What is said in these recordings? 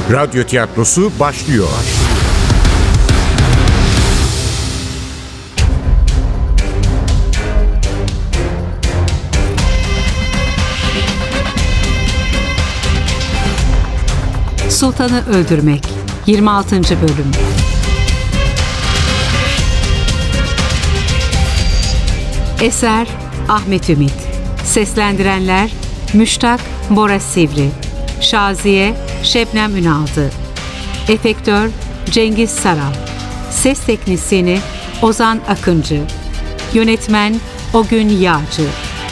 Radyo tiyatrosu başlıyor. Sultanı Öldürmek 26. Bölüm. Eser Ahmet Ümit. Seslendirenler Müştak Bora Sivri, Şaziye Şebnem Ünaldı, Efektör Cengiz Saral, Ses Teknisyeni Ozan Akıncı, Yönetmen Ogün Yağcı.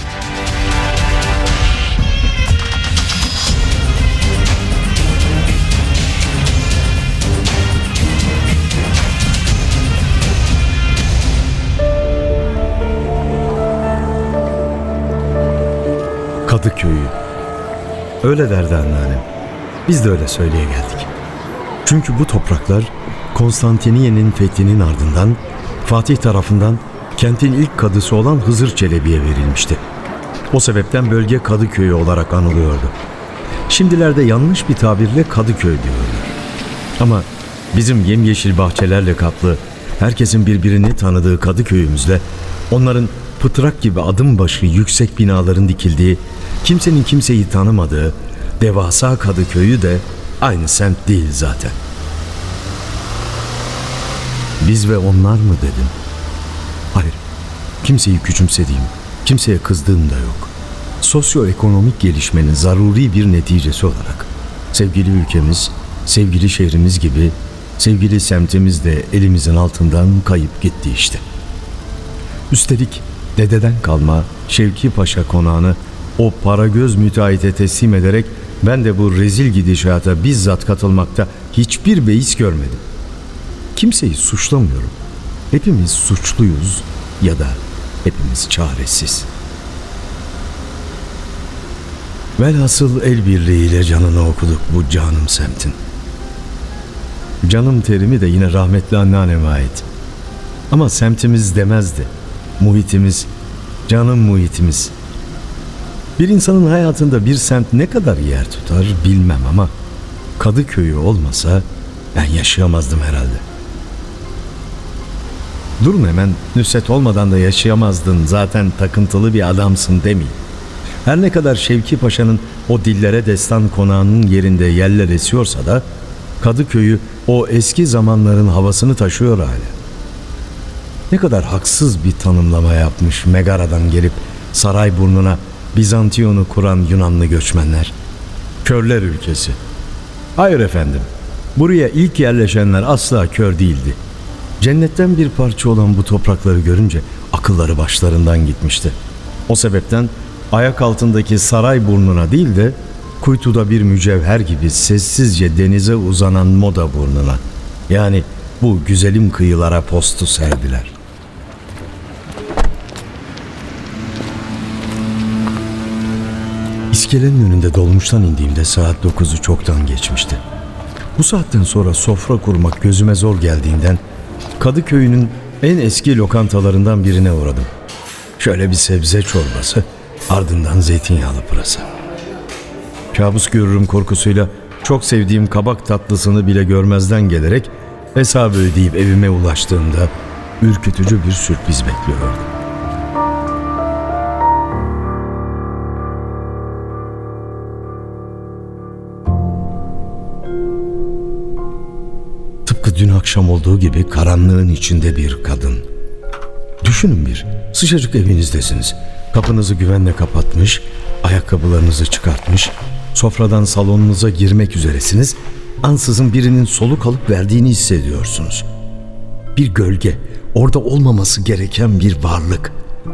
Kadıköy'ü. Öyle derdi anneannem. Biz de öyle söyleye geldik. Çünkü bu topraklar Konstantiniye'nin fethinin ardından Fatih tarafından kentin ilk kadısı olan Hızır Çelebi'ye verilmişti. O sebepten bölge Kadıköy'ü olarak anılıyordu. Şimdilerde yanlış bir tabirle Kadıköy diyorlar. Ama bizim yemyeşil bahçelerle kaplı, herkesin birbirini tanıdığı Kadıköy'ümüzle onların pıtrak gibi adım başı yüksek binaların dikildiği, kimsenin kimseyi tanımadığı devasa Kadıköy'ü de aynı semt değil zaten. Biz ve onlar mı dedim? Hayır, kimseyi küçümsediğim, kimseye kızdığım da yok. Sosyoekonomik gelişmenin zaruri bir neticesi olarak sevgili ülkemiz, sevgili şehrimiz gibi sevgili semtimiz de elimizin altından kayıp gitti işte. Üstelik dededen kalma Şevki Paşa konağını o paragöz müteahhite teslim ederek ben de bu rezil gidişata bizzat katılmakta hiçbir beis görmedim. Kimseyi suçlamıyorum. Hepimiz suçluyuz ya da hepimiz çaresiz. Velhasıl el birliğiyle canını okuduk bu canım semtin. Canım terimi de yine rahmetli anneanneme ait. Ama semtimiz demezdi. Muhitimiz, canım muhitimiz. Bir insanın hayatında bir semt ne kadar yer tutar bilmem ama Kadıköy'ü olmasa ben yaşayamazdım herhalde. Durun hemen Nusret olmadan da yaşayamazdın, zaten takıntılı bir adamsın demeyin. Her ne kadar Şevki Paşa'nın o dillere destan konağının yerinde yeller esiyorsa da Kadıköy'ü o eski zamanların havasını taşıyor hala. Ne kadar haksız bir tanımlama yapmış Megara'dan gelip Sarayburnu'na Bizantiyon'u kuran Yunanlı göçmenler. Körler ülkesi. Hayır efendim, buraya ilk yerleşenler asla kör değildi. Cennetten bir parça olan bu toprakları görünce akılları başlarından gitmişti. O sebepten ayak altındaki Sarayburnu'na değil de kuytuda bir mücevher gibi sessizce denize uzanan Modaburnu'na, yani bu güzelim kıyılara postu serdiler. İskelenin önünde dolmuştan indiğimde saat 9'u çoktan geçmişti. Bu saatten sonra sofra kurmak gözüme zor geldiğinden Kadıköy'ünün en eski lokantalarından birine uğradım. Şöyle bir sebze çorbası, ardından zeytinyağlı pırasa. Kabus görürüm korkusuyla çok sevdiğim kabak tatlısını bile görmezden gelerek hesabı ödeyip evime ulaştığımda ürkütücü bir sürpriz bekliyordu. Tıpkı dün akşam olduğu gibi karanlığın içinde bir kadın. Düşünün bir, sıcacık evinizdesiniz. Kapınızı güvenle kapatmış, ayakkabılarınızı çıkartmış, sofradan salonunuza girmek üzeresiniz. Ansızın birinin soluk alıp verdiğini hissediyorsunuz. Bir gölge, orada olmaması gereken bir varlık.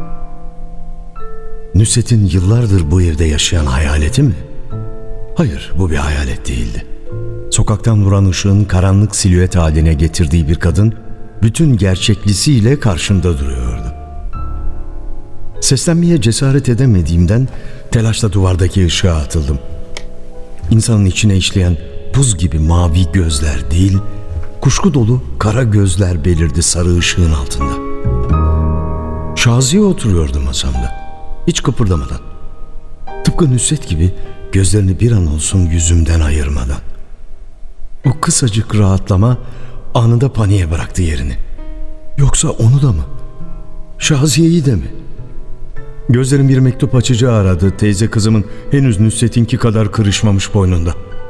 Nusret'in yıllardır bu evde yaşayan hayaleti mi? Hayır, bu bir hayalet değildi. Sokaktan vuran ışığın karanlık silüet haline getirdiği bir kadın, bütün gerçeklisiyle karşımda duruyordu. Seslenmeye cesaret edemediğimden telaşla duvardaki ışığa atıldım. İnsanın içine işleyen buz gibi mavi gözler değil, kuşku dolu kara gözler belirdi sarı ışığın altında. Şaziye oturuyordu masamda, hiç kıpırdamadan. Tıpkı Nusret gibi gözlerini bir an olsun yüzümden ayırmadan. O kısacık rahatlama anında paniğe bıraktı yerini. Yoksa onu da mı? Şaziye'yi de mi? Gözlerim bir mektup açıcı aradı. Teyze kızımın henüz Nusret'inki kadar kırışmamış boynunda.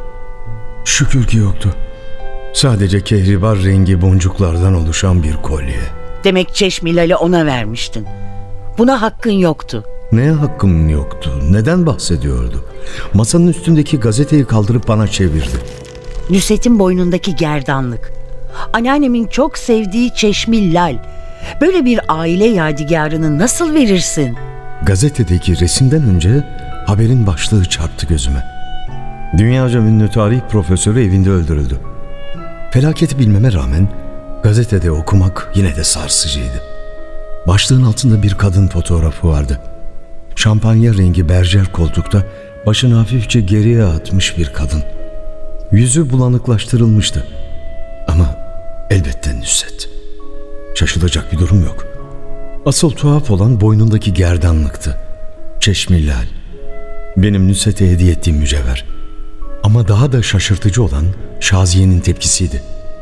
Şükür ki yoktu. Sadece kehribar rengi boncuklardan oluşan bir kolye. Demek Çeşmilal'i ona vermiştin. Buna hakkın yoktu. Neye hakkım yoktu? Neden bahsediyordu? Masanın üstündeki gazeteyi kaldırıp bana çevirdi. Nusret'in boynundaki gerdanlık. Anneannemin çok sevdiği Çeşmilal. Böyle bir aile yadigarını nasıl verirsin? Gazetedeki resimden önce haberin başlığı çarptı gözüme. Dünyaca ünlü tarih profesörü evinde öldürüldü. Felaketi bilmeme rağmen gazetede okumak yine de sarsıcıydı. Başlığın altında bir kadın fotoğrafı vardı. Şampanya rengi berjer koltukta başını hafifçe geriye atmış bir kadın. Yüzü bulanıklaştırılmıştı. Ama elbette Nusret. Şaşılacak bir durum yok. Asıl tuhaf olan boynundaki gerdanlıktı. Çeşmilal. Benim Nusret'e hediye ettiğim mücevher. Ama daha da şaşırtıcı olan Şaziye'nin tepkisiydi.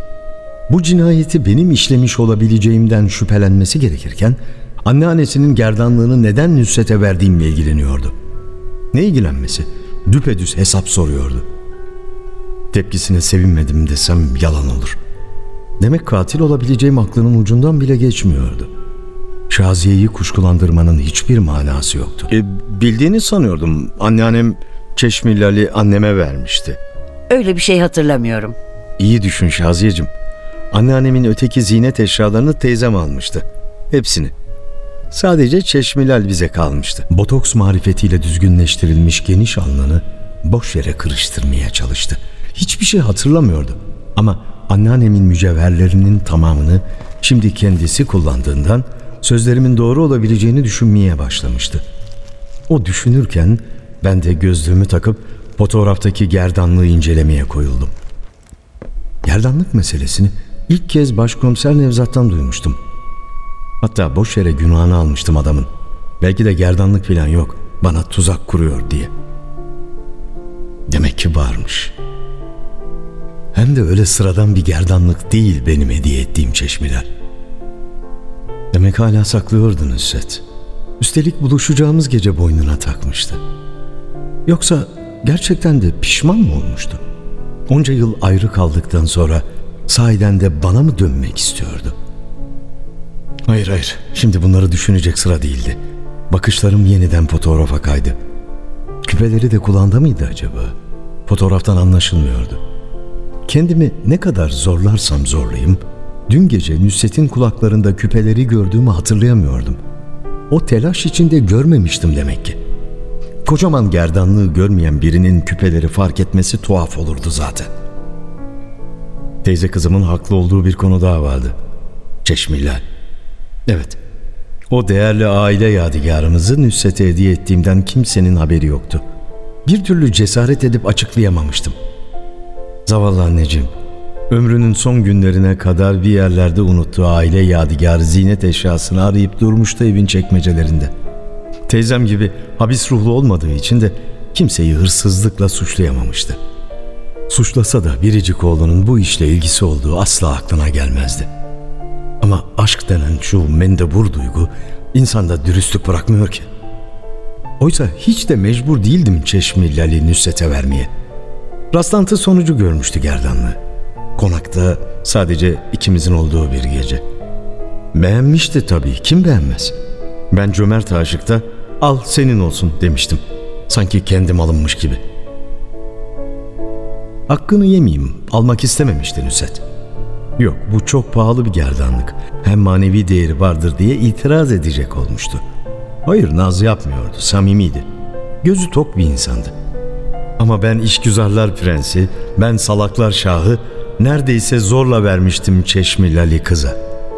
Bu cinayeti benim işlemiş olabileceğimden şüphelenmesi gerekirken anneannesinin gerdanlığını neden Nusret'e verdiğimle ilgileniyordu. Ne ilgilenmesi? Düpedüz hesap soruyordu. Tepkisine sevinmedim desem yalan olur. Demek katil olabileceğim aklının ucundan bile geçmiyordu. Şaziye'yi kuşkulandırmanın hiçbir manası yoktu. Bildiğini sanıyordum. Anneannem Çeşmilal'i anneme vermişti. Öyle bir şey hatırlamıyorum. İyi düşün Şaziyeciğim. Anneannemin öteki ziynet eşyalarını teyzem almıştı. Hepsini. Sadece Çeşmilal bize kalmıştı. Botoks marifetiyle düzgünleştirilmiş geniş alnını boş yere kırıştırmaya çalıştı. Hiçbir şey hatırlamıyordu. Ama anneannemin mücevherlerinin tamamını şimdi kendisi kullandığından sözlerimin doğru olabileceğini düşünmeye başlamıştı. O düşünürken ben de gözlüğümü takıp fotoğraftaki gerdanlığı incelemeye koyuldum. Gerdanlık meselesini ilk kez Başkomiser Nevzat'tan duymuştum. Hatta boş yere günahını almıştım adamın. Belki de gerdanlık falan yok, bana tuzak kuruyor diye. Demek ki varmış. Hem de öyle sıradan bir gerdanlık değil benim hediye ettiğim Çeşmilal. Demek hala saklıyordu Nusret. Üstelik buluşacağımız gece boynuna takmıştı. Yoksa gerçekten de pişman mı olmuştu? Onca yıl ayrı kaldıktan sonra sahiden de bana mı dönmek istiyordu? Hayır, şimdi bunları düşünecek sıra değildi. Bakışlarım yeniden fotoğrafa kaydı. Küpeleri de kulağında mıydı acaba? Fotoğraftan anlaşılmıyordu. Kendimi ne kadar zorlarsam zorlayayım, dün gece Nusret'in kulaklarında küpeleri gördüğümü hatırlayamıyordum. O telaş içinde görmemiştim demek ki. Kocaman gerdanlığı görmeyen birinin küpeleri fark etmesi tuhaf olurdu zaten. Teyze kızımın haklı olduğu bir konu daha vardı. Çeşmilal. Evet, o değerli aile yadigarımızı Nusret'e hediye ettiğimden kimsenin haberi yoktu. Bir türlü cesaret edip açıklayamamıştım. Zavallı anneciğim, ömrünün son günlerine kadar bir yerlerde unuttuğu aile yadigarı ziynet eşyasını arayıp durmuştu evin çekmecelerinde. Teyzem gibi habis ruhlu olmadığı için de kimseyi hırsızlıkla suçlayamamıştı. Suçlasa da biricik oğlunun bu işle ilgisi olduğu asla aklına gelmezdi. Ama aşk denen şu mendebur duygu insanda dürüstlük bırakmıyor ki. Oysa hiç de mecbur değildim Çeşmilal'i Nusret'e vermeye. Rastlantı sonucu görmüştü gerdanlığı. Konakta sadece ikimizin olduğu bir gece. Beğenmişti tabii, kim beğenmez? Ben cömert aşıkta al senin olsun demiştim. Sanki kendim alınmış gibi. Hakkını yemeyeyim, almak istememişti Nusret. Yok, bu çok pahalı bir gerdanlık. Hem manevi değeri vardır diye itiraz edecek olmuştu. Hayır, naz yapmıyordu, samimiydi. Gözü tok bir insandı. Ama ben işgüzarlar prensi, ben salaklar şahı neredeyse zorla vermiştim Çeşmilal'i kıza.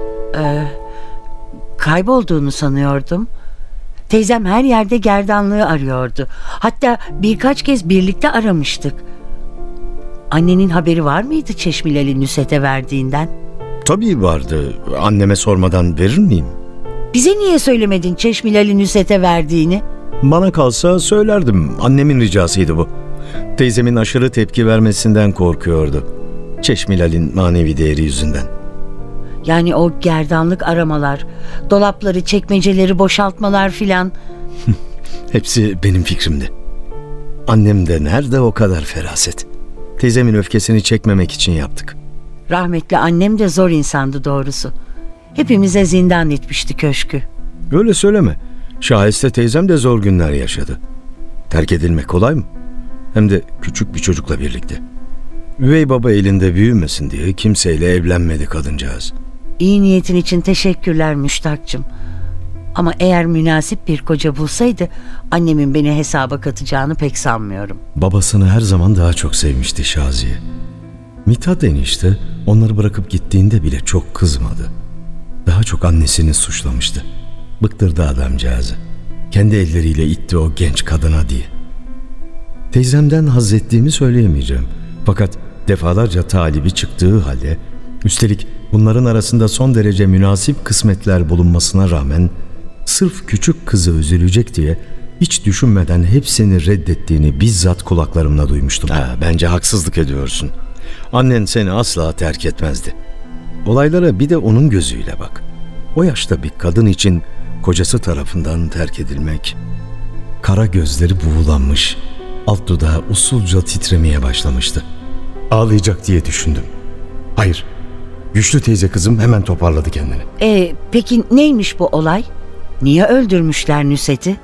Kaybolduğunu sanıyordum. Teyzem her yerde gerdanlığı arıyordu. Hatta birkaç kez birlikte aramıştık. Annenin haberi var mıydı Çeşmilal'i Nusret'e verdiğinden? Tabii vardı. Anneme sormadan verir miyim? Bize niye söylemedin Çeşmilal'i Nusret'e verdiğini? Bana kalsa söylerdim. Annemin ricasıydı bu. Teyzemin aşırı tepki vermesinden korkuyordu. Çeşmilal'in manevi değeri yüzünden. Yani o gerdanlık aramalar, dolapları, çekmeceleri boşaltmalar filan. Hepsi benim fikrimdi. Annem de nerede o kadar feraset. Teyzemin öfkesini çekmemek için yaptık. Rahmetli annem de zor insandı doğrusu. Hepimize zindan etmişti köşkü. Öyle söyleme. Şahiste teyzem de zor günler yaşadı. Terk edilmek kolay mı? Hem de küçük bir çocukla birlikte. Üvey baba elinde büyümesin diye kimseyle evlenmedi kadıncağız. İyi niyetin için teşekkürler Müştak'cığım. Ama eğer münasip bir koca bulsaydı annemin beni hesaba katacağını pek sanmıyorum. Babasını her zaman daha çok sevmişti Şaziye. Mithat enişte onları bırakıp gittiğinde bile çok kızmadı. Daha çok annesini suçlamıştı. Bıktırdı adamcağızı. Kendi elleriyle itti o genç kadına diye. Teyzemden haz ettiğimi söyleyemeyeceğim. Fakat defalarca talibi çıktığı halde, üstelik bunların arasında son derece münasip kısmetler bulunmasına rağmen sırf küçük kızı üzülecek diye hiç düşünmeden hepsini reddettiğini bizzat kulaklarımla duymuştum. Bence haksızlık ediyorsun. Annen seni asla terk etmezdi. Olaylara bir de onun gözüyle bak. O yaşta bir kadın için kocası tarafından terk edilmek. Kara gözleri buğulanmış, alt dudağı usulca titremeye başlamıştı. Ağlayacak diye düşündüm. Hayır, güçlü teyze kızım hemen toparladı kendini. Peki neymiş bu olay? Niye öldürmüşler Nusret'i?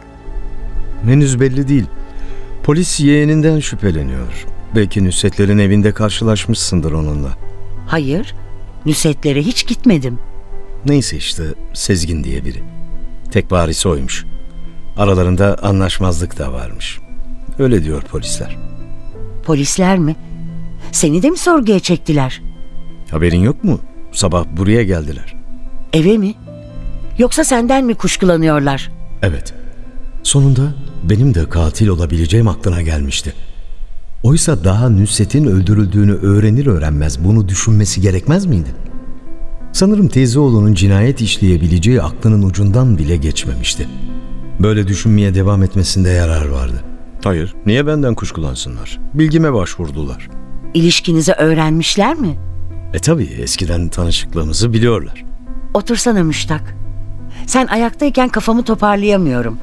Henüz belli değil. Polis yeğeninden şüpheleniyor. Belki Nusret'lerin evinde karşılaşmışsındır onunla. Hayır, Nusret'lere hiç gitmedim. Neyse işte Sezgin diye biri. Tek varisi oymuş. Aralarında anlaşmazlık da varmış. Öyle diyor polisler. Polisler mi? Seni de mi sorguya çektiler? Haberin yok mu? Sabah buraya geldiler. Eve mi? Yoksa senden mi kuşkulanıyorlar? Evet. Sonunda benim de katil olabileceğim aklına gelmişti. Oysa daha Nusret'in öldürüldüğünü öğrenir öğrenmez bunu düşünmesi gerekmez miydi? Sanırım teyzeoğlunun cinayet işleyebileceği aklının ucundan bile geçmemişti. Böyle düşünmeye devam etmesinde yarar vardı. Hayır, niye benden kuşkulansınlar? Bilgime başvurdular. İlişkinizi öğrenmişler mi? Tabii eskiden tanışıklığımızı biliyorlar. Otursana Müştak. Sen ayaktayken kafamı toparlayamıyorum.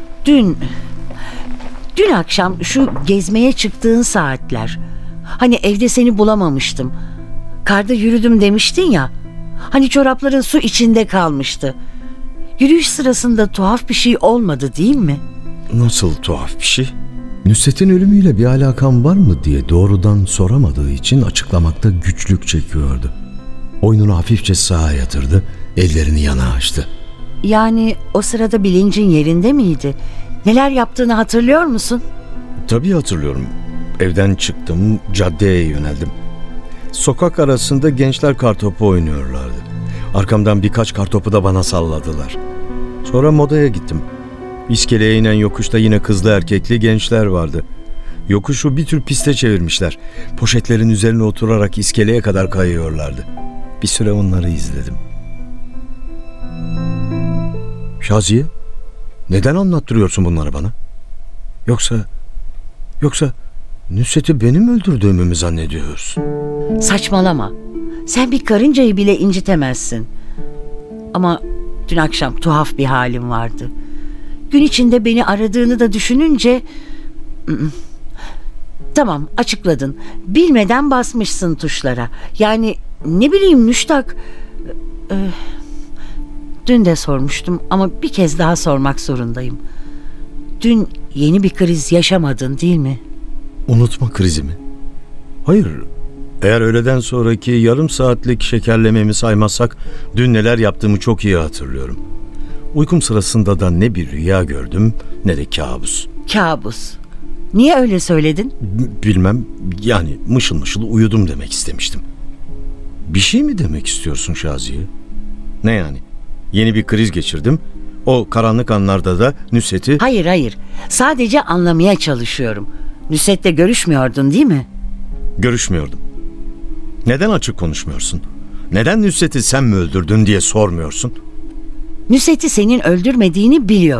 Dün akşam şu gezmeye çıktığın saatler. Hani evde seni bulamamıştım. Karda yürüdüm demiştin ya. Hani çorapların su içinde kalmıştı. Yürüyüş sırasında tuhaf bir şey olmadı değil mi? Nasıl tuhaf bir şey? Nusret'in ölümüyle bir alakam var mı diye doğrudan soramadığı için açıklamakta güçlük çekiyordu. Boynunu hafifçe sağa yatırdı, ellerini yana açtı. Yani o sırada bilincin yerinde miydi? Neler yaptığını hatırlıyor musun? Tabii hatırlıyorum. Evden çıktım, caddeye yöneldim. Sokak arasında gençler kartopu oynuyorlardı. Arkamdan birkaç kartopu da bana salladılar. Sonra modaya gittim. İskeleye inen yokuşta yine kızlı erkekli gençler vardı. Yokuşu bir tür piste çevirmişler. Poşetlerin üzerine oturarak iskeleye kadar kayıyorlardı. Bir süre onları izledim. Şaziye, neden anlattırıyorsun bunları bana? Yoksa Nusret'i benim öldürdüğümü mü zannediyorsun? Saçmalama. Sen bir karıncayı bile incitemezsin. Ama dün akşam tuhaf bir halim vardı. Gün içinde beni aradığını da düşününce... Tamam, açıkladın. Bilmeden basmışsın tuşlara. Yani ne bileyim Müştak. Dün de sormuştum ama bir kez daha sormak zorundayım. Dün yeni bir kriz yaşamadın değil mi? Unutma krizi mi? Hayır. Eğer öğleden sonraki yarım saatlik şekerlememi saymazsak dün neler yaptığımı çok iyi hatırlıyorum. Uykum sırasında da ne bir rüya gördüm ne de kabus. Kabus. Niye öyle söyledin? Bilmem, yani mışıl mışıl uyudum demek istemiştim. Bir şey mi demek istiyorsun Şaziye? Ne yani? Yeni bir kriz geçirdim. O karanlık anlarda da Nusret'i... Hayır. Sadece anlamaya çalışıyorum. Nusret'le görüşmüyordun değil mi? Görüşmüyordum. Neden açık konuşmuyorsun? Neden Nusret'i sen mi öldürdün diye sormuyorsun? Nusret'i senin öldürmediğini biliyorum.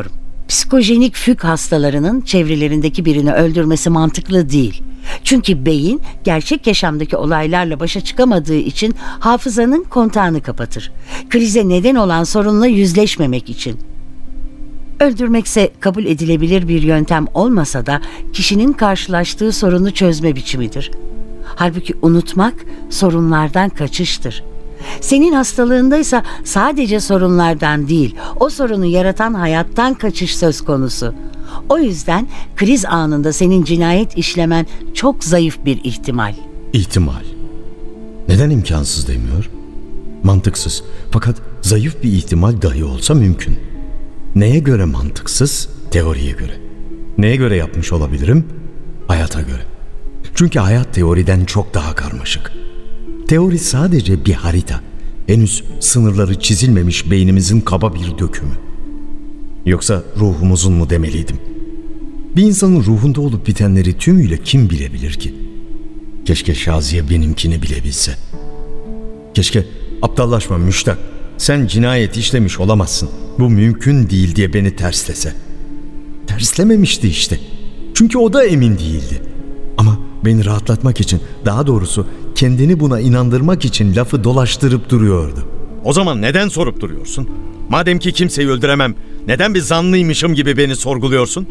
Psikojenik füg hastalarının çevrelerindeki birini öldürmesi mantıklı değil. Çünkü beyin gerçek yaşamdaki olaylarla başa çıkamadığı için hafızanın kontağını kapatır. Krize neden olan sorunla yüzleşmemek için. Öldürmekse kabul edilebilir bir yöntem olmasa da kişinin karşılaştığı sorunu çözme biçimidir. Halbuki unutmak sorunlardan kaçıştır. Senin hastalığındaysa sadece sorunlardan değil, o sorunu yaratan hayattan kaçış söz konusu. O yüzden kriz anında senin cinayet işlemen çok zayıf bir ihtimal. İhtimal. Neden imkansız demiyor? Mantıksız. Fakat zayıf bir ihtimal dahi olsa mümkün. Neye göre mantıksız? Teoriye göre. Neye göre yapmış olabilirim? Hayata göre. Çünkü hayat teoriden çok daha karmaşık. Teori sadece bir harita. Henüz sınırları çizilmemiş beynimizin kaba bir dökümü. Yoksa ruhumuzun mu demeliydim? Bir insanın ruhunda olup bitenleri tümüyle kim bilebilir ki? Keşke Şaziye benimkini bilebilse. Keşke aptallaşma Müştak. Sen cinayet işlemiş olamazsın. Bu mümkün değil diye beni terslese. Terslememişti işte. Çünkü o da emin değildi. Ama beni rahatlatmak için, daha doğrusu kendini buna inandırmak için lafı dolaştırıp duruyordu. O zaman neden sorup duruyorsun? Madem ki kimseyi öldüremem, neden bir zanlıymışım gibi beni sorguluyorsun?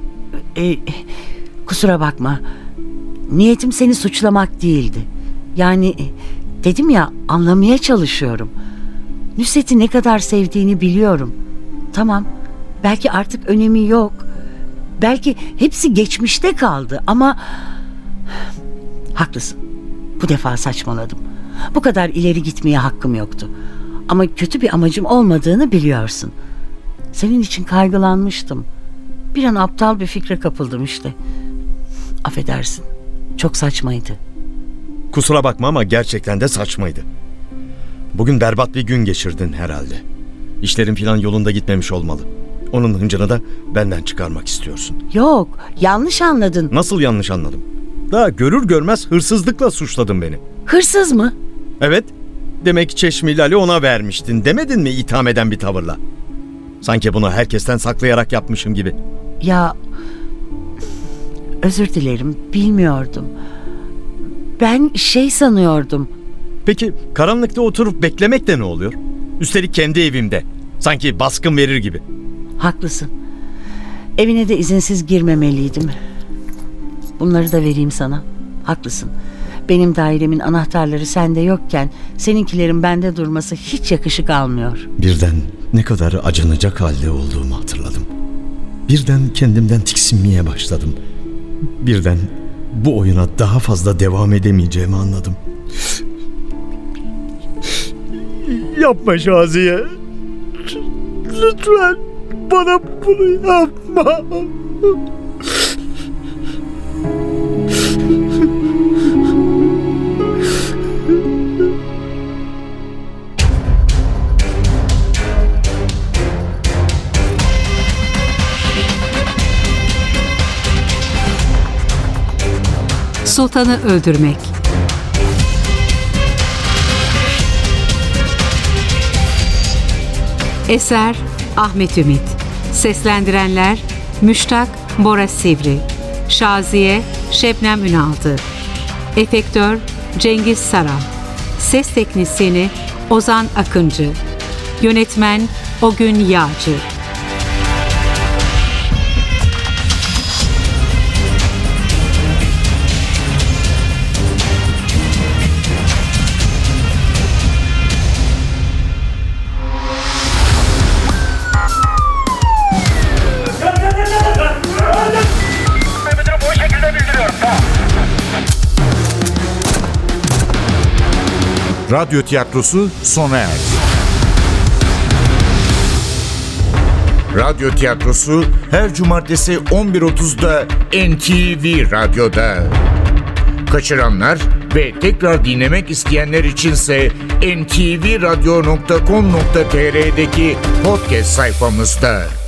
Kusura bakma. Niyetim seni suçlamak değildi. Yani dedim ya, anlamaya çalışıyorum. Nusret'i ne kadar sevdiğini biliyorum. Tamam, belki artık önemi yok. Belki hepsi geçmişte kaldı ama... Haklısın. Bu defa saçmaladım. Bu kadar ileri gitmeye hakkım yoktu. Ama kötü bir amacım olmadığını biliyorsun. Senin için kaygılanmıştım. Bir an aptal bir fikre kapıldım işte. Affedersin. Çok saçmaydı. Kusura bakma ama gerçekten de saçmaydı. Bugün berbat bir gün geçirdin herhalde. İşlerin falan yolunda gitmemiş olmalı. Onun hıncını da benden çıkarmak istiyorsun. Yok, yanlış anladın. Nasıl yanlış anladım? Daha görür görmez hırsızlıkla suçladın beni. Hırsız mı? Evet. Demek Çeşmi Lali ona vermiştin demedin mi itham eden bir tavırla? Sanki bunu herkesten saklayarak yapmışım gibi. Ya... Özür dilerim, bilmiyordum. Ben sanıyordum. Peki karanlıkta oturup beklemek de ne oluyor? Üstelik kendi evimde. Sanki baskın verir gibi. Haklısın. Evine de izinsiz girmemeliydim. Bunları da vereyim sana. Haklısın. Benim dairemin anahtarları sende yokken seninkilerin bende durması hiç yakışık almıyor. Birden ne kadar acınacak halde olduğumu hatırladım. Birden kendimden tiksinmeye başladım. Birden bu oyuna daha fazla devam edemeyeceğimi anladım. Yapma Şaziye. Lütfen bana bunu yapma. Sultanı öldürmek. Eser Ahmet Ümit. Seslendirenler Müştak Bora Sivri, Şaziye Şebnem Ünaldı, Efektör Cengiz Saran, Ses Teknisyeni Ozan Akıncı, Yönetmen Ogün Yağcı. Radyo tiyatrosu sona erdi. Radyo tiyatrosu her cumartesi 11.30'da NTV Radyo'da. Kaçıranlar ve tekrar dinlemek isteyenler içinse ntvradio.com.tr'deki podcast sayfamızda.